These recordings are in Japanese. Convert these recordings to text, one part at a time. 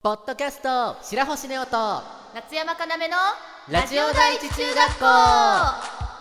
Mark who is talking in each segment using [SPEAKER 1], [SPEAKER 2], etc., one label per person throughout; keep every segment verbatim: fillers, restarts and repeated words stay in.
[SPEAKER 1] ポッドキャスト白星ネオと
[SPEAKER 2] 夏山かなめの
[SPEAKER 1] ラジオ第一中学校。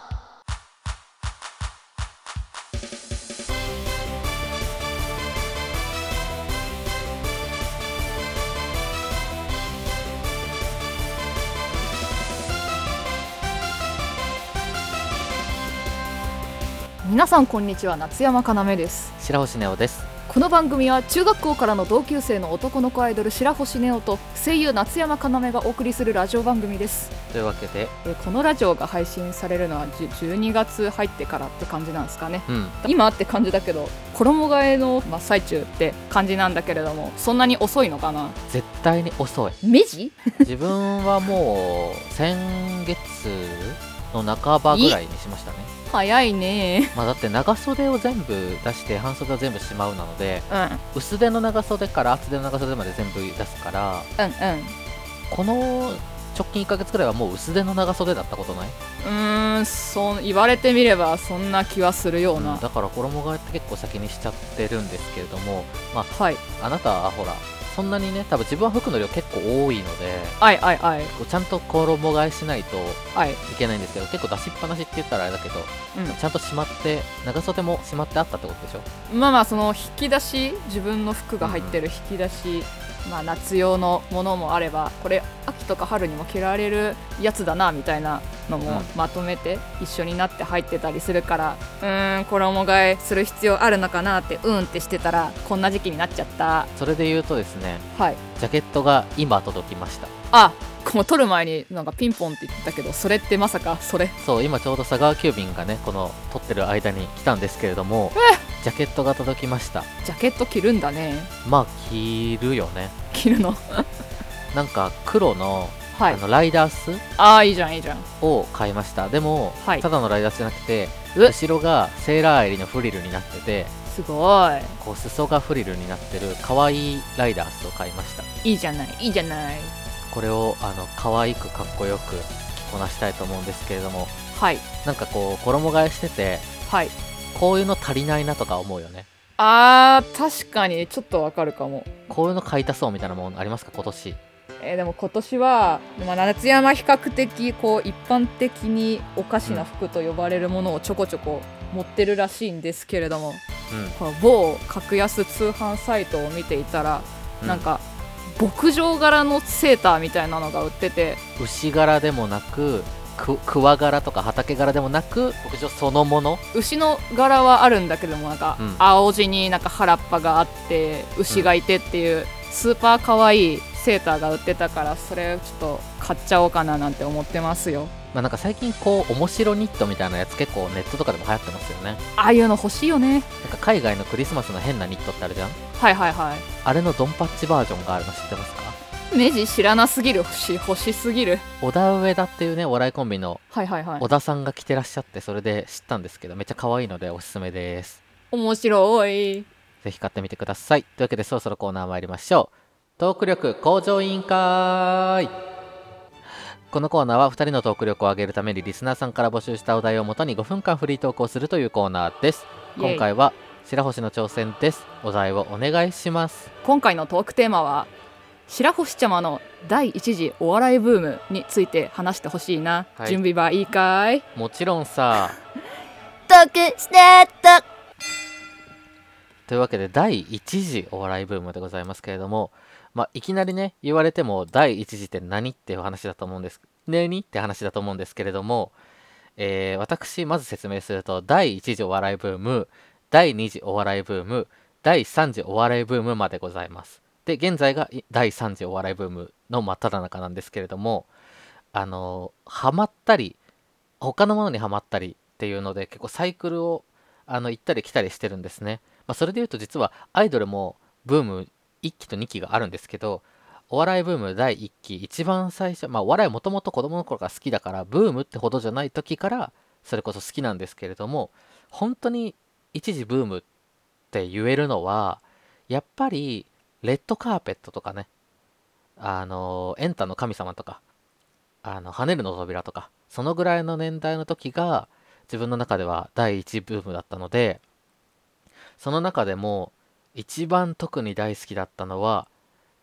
[SPEAKER 3] 皆さんこんにちは、夏山かなめです。
[SPEAKER 1] 白星ネオです。
[SPEAKER 3] この番組は中学校からの同級生の男の子アイドル白星ネオと声優夏山かなめがお送りするラジオ番組です。
[SPEAKER 1] というわけで
[SPEAKER 3] えこのラジオが配信されるのはじゅうにがつ入ってからって感じなんですかね、
[SPEAKER 1] うん、
[SPEAKER 3] 今って感じだけど衣替えの真っ最中って感じなんだけれども、そんなに遅いのかな。
[SPEAKER 1] 絶対に遅い。
[SPEAKER 3] メジ
[SPEAKER 1] 自分はもう先月の半ばぐらいにしましたね。
[SPEAKER 3] 早いね。
[SPEAKER 1] まあ、だって長袖を全部出して半袖を全部しまうなので、
[SPEAKER 3] うん
[SPEAKER 1] 薄手の長袖から厚手の長袖まで全部出すから、
[SPEAKER 3] うんうん
[SPEAKER 1] この直近いっかげつくらいはもう薄手の長袖だったことない？
[SPEAKER 3] うーん、そう言われてみればそんな気はするような、
[SPEAKER 1] うん、だから衣替えって結構先にしちゃってるんですけれども、まあ、
[SPEAKER 3] はい
[SPEAKER 1] あなたはほらそんなにね、多分自分は服の量結構多いので、
[SPEAKER 3] はいはいはい
[SPEAKER 1] こうちゃんと衣替えしないとい
[SPEAKER 3] はい、
[SPEAKER 1] けないんですけど、結構出しっぱなしって言ったらあれだけど、
[SPEAKER 3] うん
[SPEAKER 1] ちゃんとしまって長袖もしまってあったってことでしょ。
[SPEAKER 3] まあまあその引き出し、自分の服が入ってる引き出し、まあ夏用のものもあれば、これ秋とか春にも着られるやつだなみたいなのも
[SPEAKER 1] うん
[SPEAKER 3] まとめて一緒になって入ってたりするから、うーん衣替えする必要あるのかなってうんってしてたらこんな時期になっちゃった。
[SPEAKER 1] それで言うとですね、
[SPEAKER 3] はい、
[SPEAKER 1] ジャケットが今届きました。
[SPEAKER 3] あ、もう撮る前になんかピンポンって言ってたけど、それってまさかそれ？
[SPEAKER 1] そう、今ちょうど佐川急便がね、この撮ってる間に来たんですけれども、ジャケットが届きました。
[SPEAKER 3] ジャケット着るんだね。
[SPEAKER 1] まあ着るよね。
[SPEAKER 3] 着るの
[SPEAKER 1] なんか黒の、
[SPEAKER 3] はい、
[SPEAKER 1] あのライダース
[SPEAKER 3] ああいいじゃんいいじゃん。
[SPEAKER 1] を買いました。でも、
[SPEAKER 3] はい、
[SPEAKER 1] ただのライダースじゃなくて、
[SPEAKER 3] う
[SPEAKER 1] 後ろがセーラー襟のフリルになってて、
[SPEAKER 3] すごい
[SPEAKER 1] こう裾がフリルになってる可愛いライダースを買いました。
[SPEAKER 3] いいじゃないいいじゃない。
[SPEAKER 1] これをあの可愛くかっこよく着こなしたいと思うんですけれども、
[SPEAKER 3] はい
[SPEAKER 1] なんかこう衣替えしてて、
[SPEAKER 3] はい、
[SPEAKER 1] こういうの足りないなとか思うよね。
[SPEAKER 3] あー確かにちょっとわかるかも。
[SPEAKER 1] こういうの買い足そうみたいなものありますか今年？
[SPEAKER 3] えーでも今年は、まあ、夏山比較的こう一般的におかしな服と呼ばれるものをちょこちょこ持ってるらしいんですけれども、
[SPEAKER 1] うん、
[SPEAKER 3] この某格安通販サイトを見ていたら、
[SPEAKER 1] うん、
[SPEAKER 3] なんか牧場柄のセーターみたいなのが売ってて、
[SPEAKER 1] 牛柄でもなくく桑柄とか畑柄でもなく牧場そのもの。
[SPEAKER 3] 牛の柄はあるんだけども、なんか
[SPEAKER 1] うん
[SPEAKER 3] 青地になんか原っぱがあって牛がいてっていうスーパーかわいいセーターが売ってたから、それをちょっと買っちゃおうかななんて思ってますよ。
[SPEAKER 1] まあ、なんか最近こう面白ニットみたいなやつ結構ネットとかでも流行ってますよね。
[SPEAKER 3] ああいうの欲しいよね。
[SPEAKER 1] なんか海外のクリスマスの変なニットってあるじゃん。
[SPEAKER 3] はいはいはい。
[SPEAKER 1] あれのドンパッチバージョンがあるの知ってますか？
[SPEAKER 3] ネジ知らなすぎる、欲しい欲しすぎる。
[SPEAKER 1] 小田上田っていうねお笑いコンビの
[SPEAKER 3] はいはいはい。
[SPEAKER 1] 小田さんが着てらっしゃって、それで知ったんですけど、めっちゃ可愛いのでおすすめです。
[SPEAKER 3] 面白い。
[SPEAKER 1] ぜひ買ってみてください。というわけでそろそろコーナー参りましょう。トーク力向上委員会。このコーナーはふたりのトーク力を上げるためにリスナーさんから募集したお題をもとにごふんかんフリートークをするというコーナーです。今回は白星の挑戦です。お題をお願いします。
[SPEAKER 3] 今回のトークテーマは白星ちゃまの第一次お笑いブームについて話してほしいな、はい、準備はいいかい？
[SPEAKER 1] もちろんさ。
[SPEAKER 2] トークスタート。
[SPEAKER 1] というわけで第一次お笑いブームでございますけれども、まあ、いきなりね言われても第一次って何っていう話だと思うんです何って話だと思うんですけれども、えー、私まず説明すると、第一次お笑いブーム、第二次お笑いブーム、第三次お笑いブームまでございます。で現在が第三次お笑いブームの真っ只中なんですけれども、あのー、ハマったり他のものにハマったりっていうので結構サイクルをあの行ったり来たりしてるんですね。まあ、それでいうと実はアイドルもブームいっきとにきがあるんですけど、お笑いブームだいいっき一番最初、まあお笑いもともと子供の頃から好きだからブームってほどじゃない時からそれこそ好きなんですけれども、本当に一時ブームって言えるのはやっぱりレッドカーペットとかね、あのエンタの神様とか、あの跳ねるの扉とか、そのぐらいの年代の時が自分の中ではだいいちブームだったので、その中でも一番特に大好きだったのは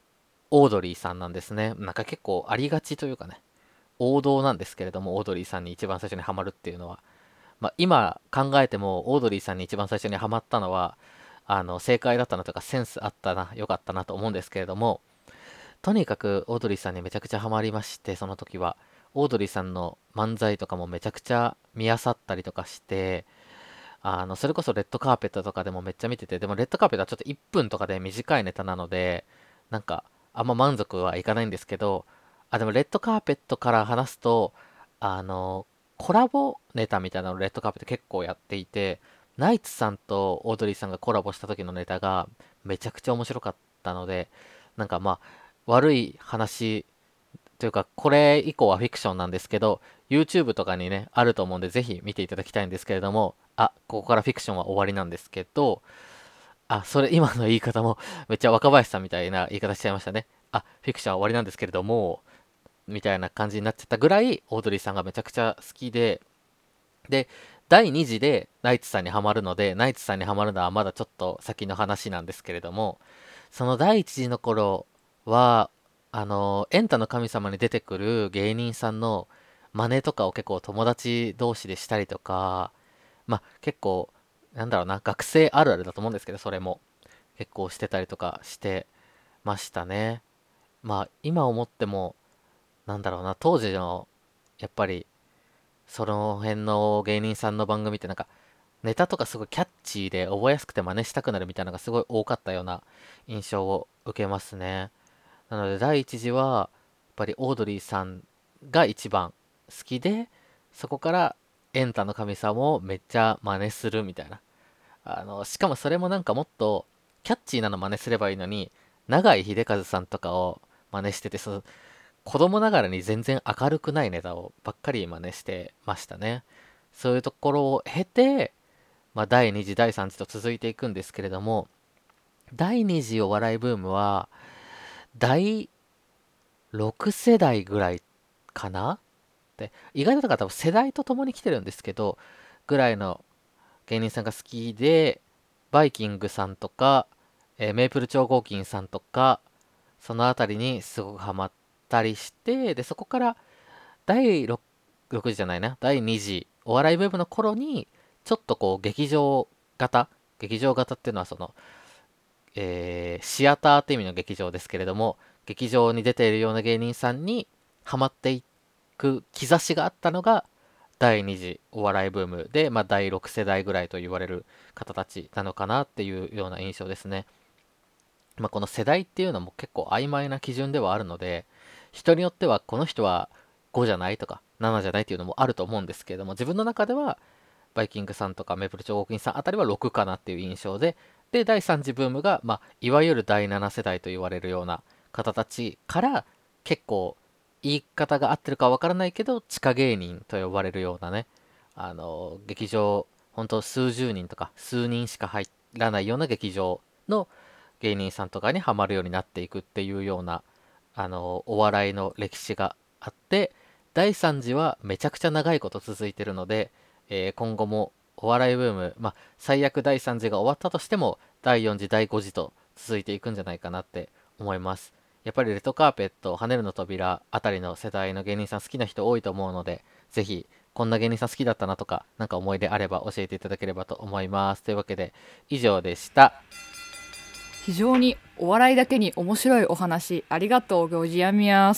[SPEAKER 1] オードリーさんなんですね。なんか結構ありがちというかね、王道なんですけれども、オードリーさんに一番最初にハマるっていうのは、まあ、今考えてもオードリーさんに一番最初にハマったのはあの正解だったなとかセンスあったな、良かったなと思うんですけれども、とにかくオードリーさんにめちゃくちゃハマりまして、その時はオードリーさんの漫才とかもめちゃくちゃ見漁ったりとかして、あのそれこそレッドカーペットとかでもめっちゃ見てて、でもレッドカーペットはちょっといっぷんとかで短いネタなので、なんかあんま満足はいかないんですけど、あでもレッドカーペットから話すと、あのコラボネタみたいなのをレッドカーペット結構やっていて、ナイツさんとオードリーさんがコラボした時のネタがめちゃくちゃ面白かったので、なんかまあ悪い話というか、これ以降はフィクションなんですけど、YouTube とかにね、あると思うんで、ぜひ見ていただきたいんですけれども、あ、ここからフィクションは終わりなんですけど、あ、それ今の言い方もめっちゃ若林さんみたいな言い方しちゃいましたね。あ、フィクションは終わりなんですけれども、みたいな感じになっちゃったぐらい、オードリーさんがめちゃくちゃ好きで、で、だいに次でナイツさんにハマるので、ナイツさんにハマるのはまだちょっと先の話なんですけれども、そのだいいち次の頃は、あの、エンタの神様に出てくる芸人さんの真似とかを結構友達同士でしたりとか、まあ結構、なんだろうな、学生あるあるだと思うんですけど、それも結構してたりとかしてましたね。まあ今思っても、なんだろうな、当時の、やっぱり、その辺の芸人さんの番組ってなんか、ネタとかすごいキャッチーで覚えやすくて真似したくなるみたいなのがすごい多かったような印象を受けますね。なので第一次は、やっぱりオードリーさんが一番好きで、そこからエンタの神様をめっちゃ真似するみたいな。あの、しかもそれもなんかもっとキャッチーなの真似すればいいのに、永井秀和さんとかを真似してて、その子供ながらに全然明るくないネタをばっかり真似してましたね。そういうところを経て、まあ、だいに次、だいさん次と続いていくんですけれども、だいに次お笑いブームは、だいろく世代ぐらいかなで、意外とだから多分世代と共に来てるんですけど、ぐらいの芸人さんが好きで、バイキングさんとか、えーメープル超合金さんとか、そのあたりにすごくハマったりして、で、そこからだいろく、ろく次じゃないな、だいに次、お笑いブームの頃に、ちょっとこう、劇場型、劇場型っていうのはその、えーシアターって意味の劇場ですけれども、劇場に出ているような芸人さんにハマっていく兆しがあったのが、だいに次お笑いブームで、まあ、だいろく世代ぐらいと言われる方たちなのかなっていうような印象ですね。まあ、この世代っていうのも結構曖昧な基準ではあるので、人によってはこの人はごじゃないとかななじゃないっていうのもあると思うんですけれども、自分の中ではバイキングさんとかメープル超合金さんあたりはろくかなっていう印象で、で、だいさん次ブームが、まあ、いわゆるだいなな世代と言われるような方たちから、結構、言い方が合ってるかわからないけど、地下芸人と呼ばれるようなね、あの、劇場、本当数十人とか、数人しか入らないような劇場の芸人さんとかにハマるようになっていくっていうような、あの、お笑いの歴史があって、だいさん次はめちゃくちゃ長いこと続いてるので、えー今後もお笑いブーム、まあ、最悪だいさん次が終わったとしても、だいよん次、だいご次と続いていくんじゃないかなって思います。やっぱりレッドカーペット、跳ねるの扉あたりの世代の芸人さん好きな人多いと思うので、ぜひ、こんな芸人さん好きだったなとか、なんか思い出あれば教えていただければと思います。というわけで、以上でした。
[SPEAKER 3] 非常にお笑いだけに面白いお話ありがとうございます。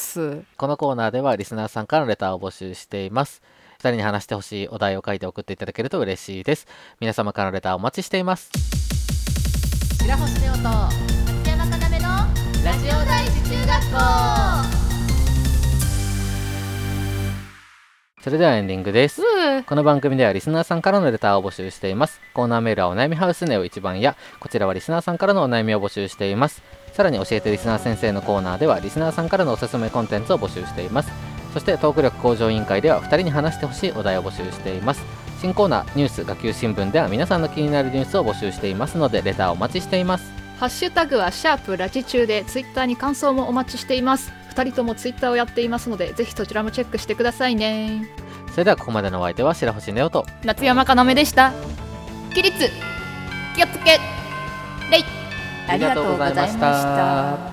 [SPEAKER 1] このコーナーではリスナーさんからのレターを募集しています。ふたりに話してほしいお題を書いて送っていただけると嬉しいです。皆様からのレターお待ちしています。
[SPEAKER 2] 白星ネオと松山かなめのラジオ第一中学校。
[SPEAKER 1] それではエンディングです。
[SPEAKER 3] う
[SPEAKER 1] この番組ではリスナーさんからのレターを募集しています。コーナーメールはお悩みハウスネオ一番や、こちらはリスナーさんからのお悩みを募集しています。さらに教えてリスナー先生のコーナーではリスナーさんからのおすすめコンテンツを募集しています。そしてトーク力向上委員会ではふたりに話してほしいお題を募集しています。新コーナーニュース学級新聞では皆さんの気になるニュースを募集していますので、レターをお待ちしています。
[SPEAKER 3] ハッシュタグはシャープラジ中でツイッターに感想もお待ちしています。ふたりともツイッターをやっていますので、ぜひそちらもチェックしてくださいね。
[SPEAKER 1] それではここまでのお相手は白星ネオと
[SPEAKER 3] 夏山かなめでした。
[SPEAKER 2] 起立気をつけレイ。
[SPEAKER 3] ありがとうございました。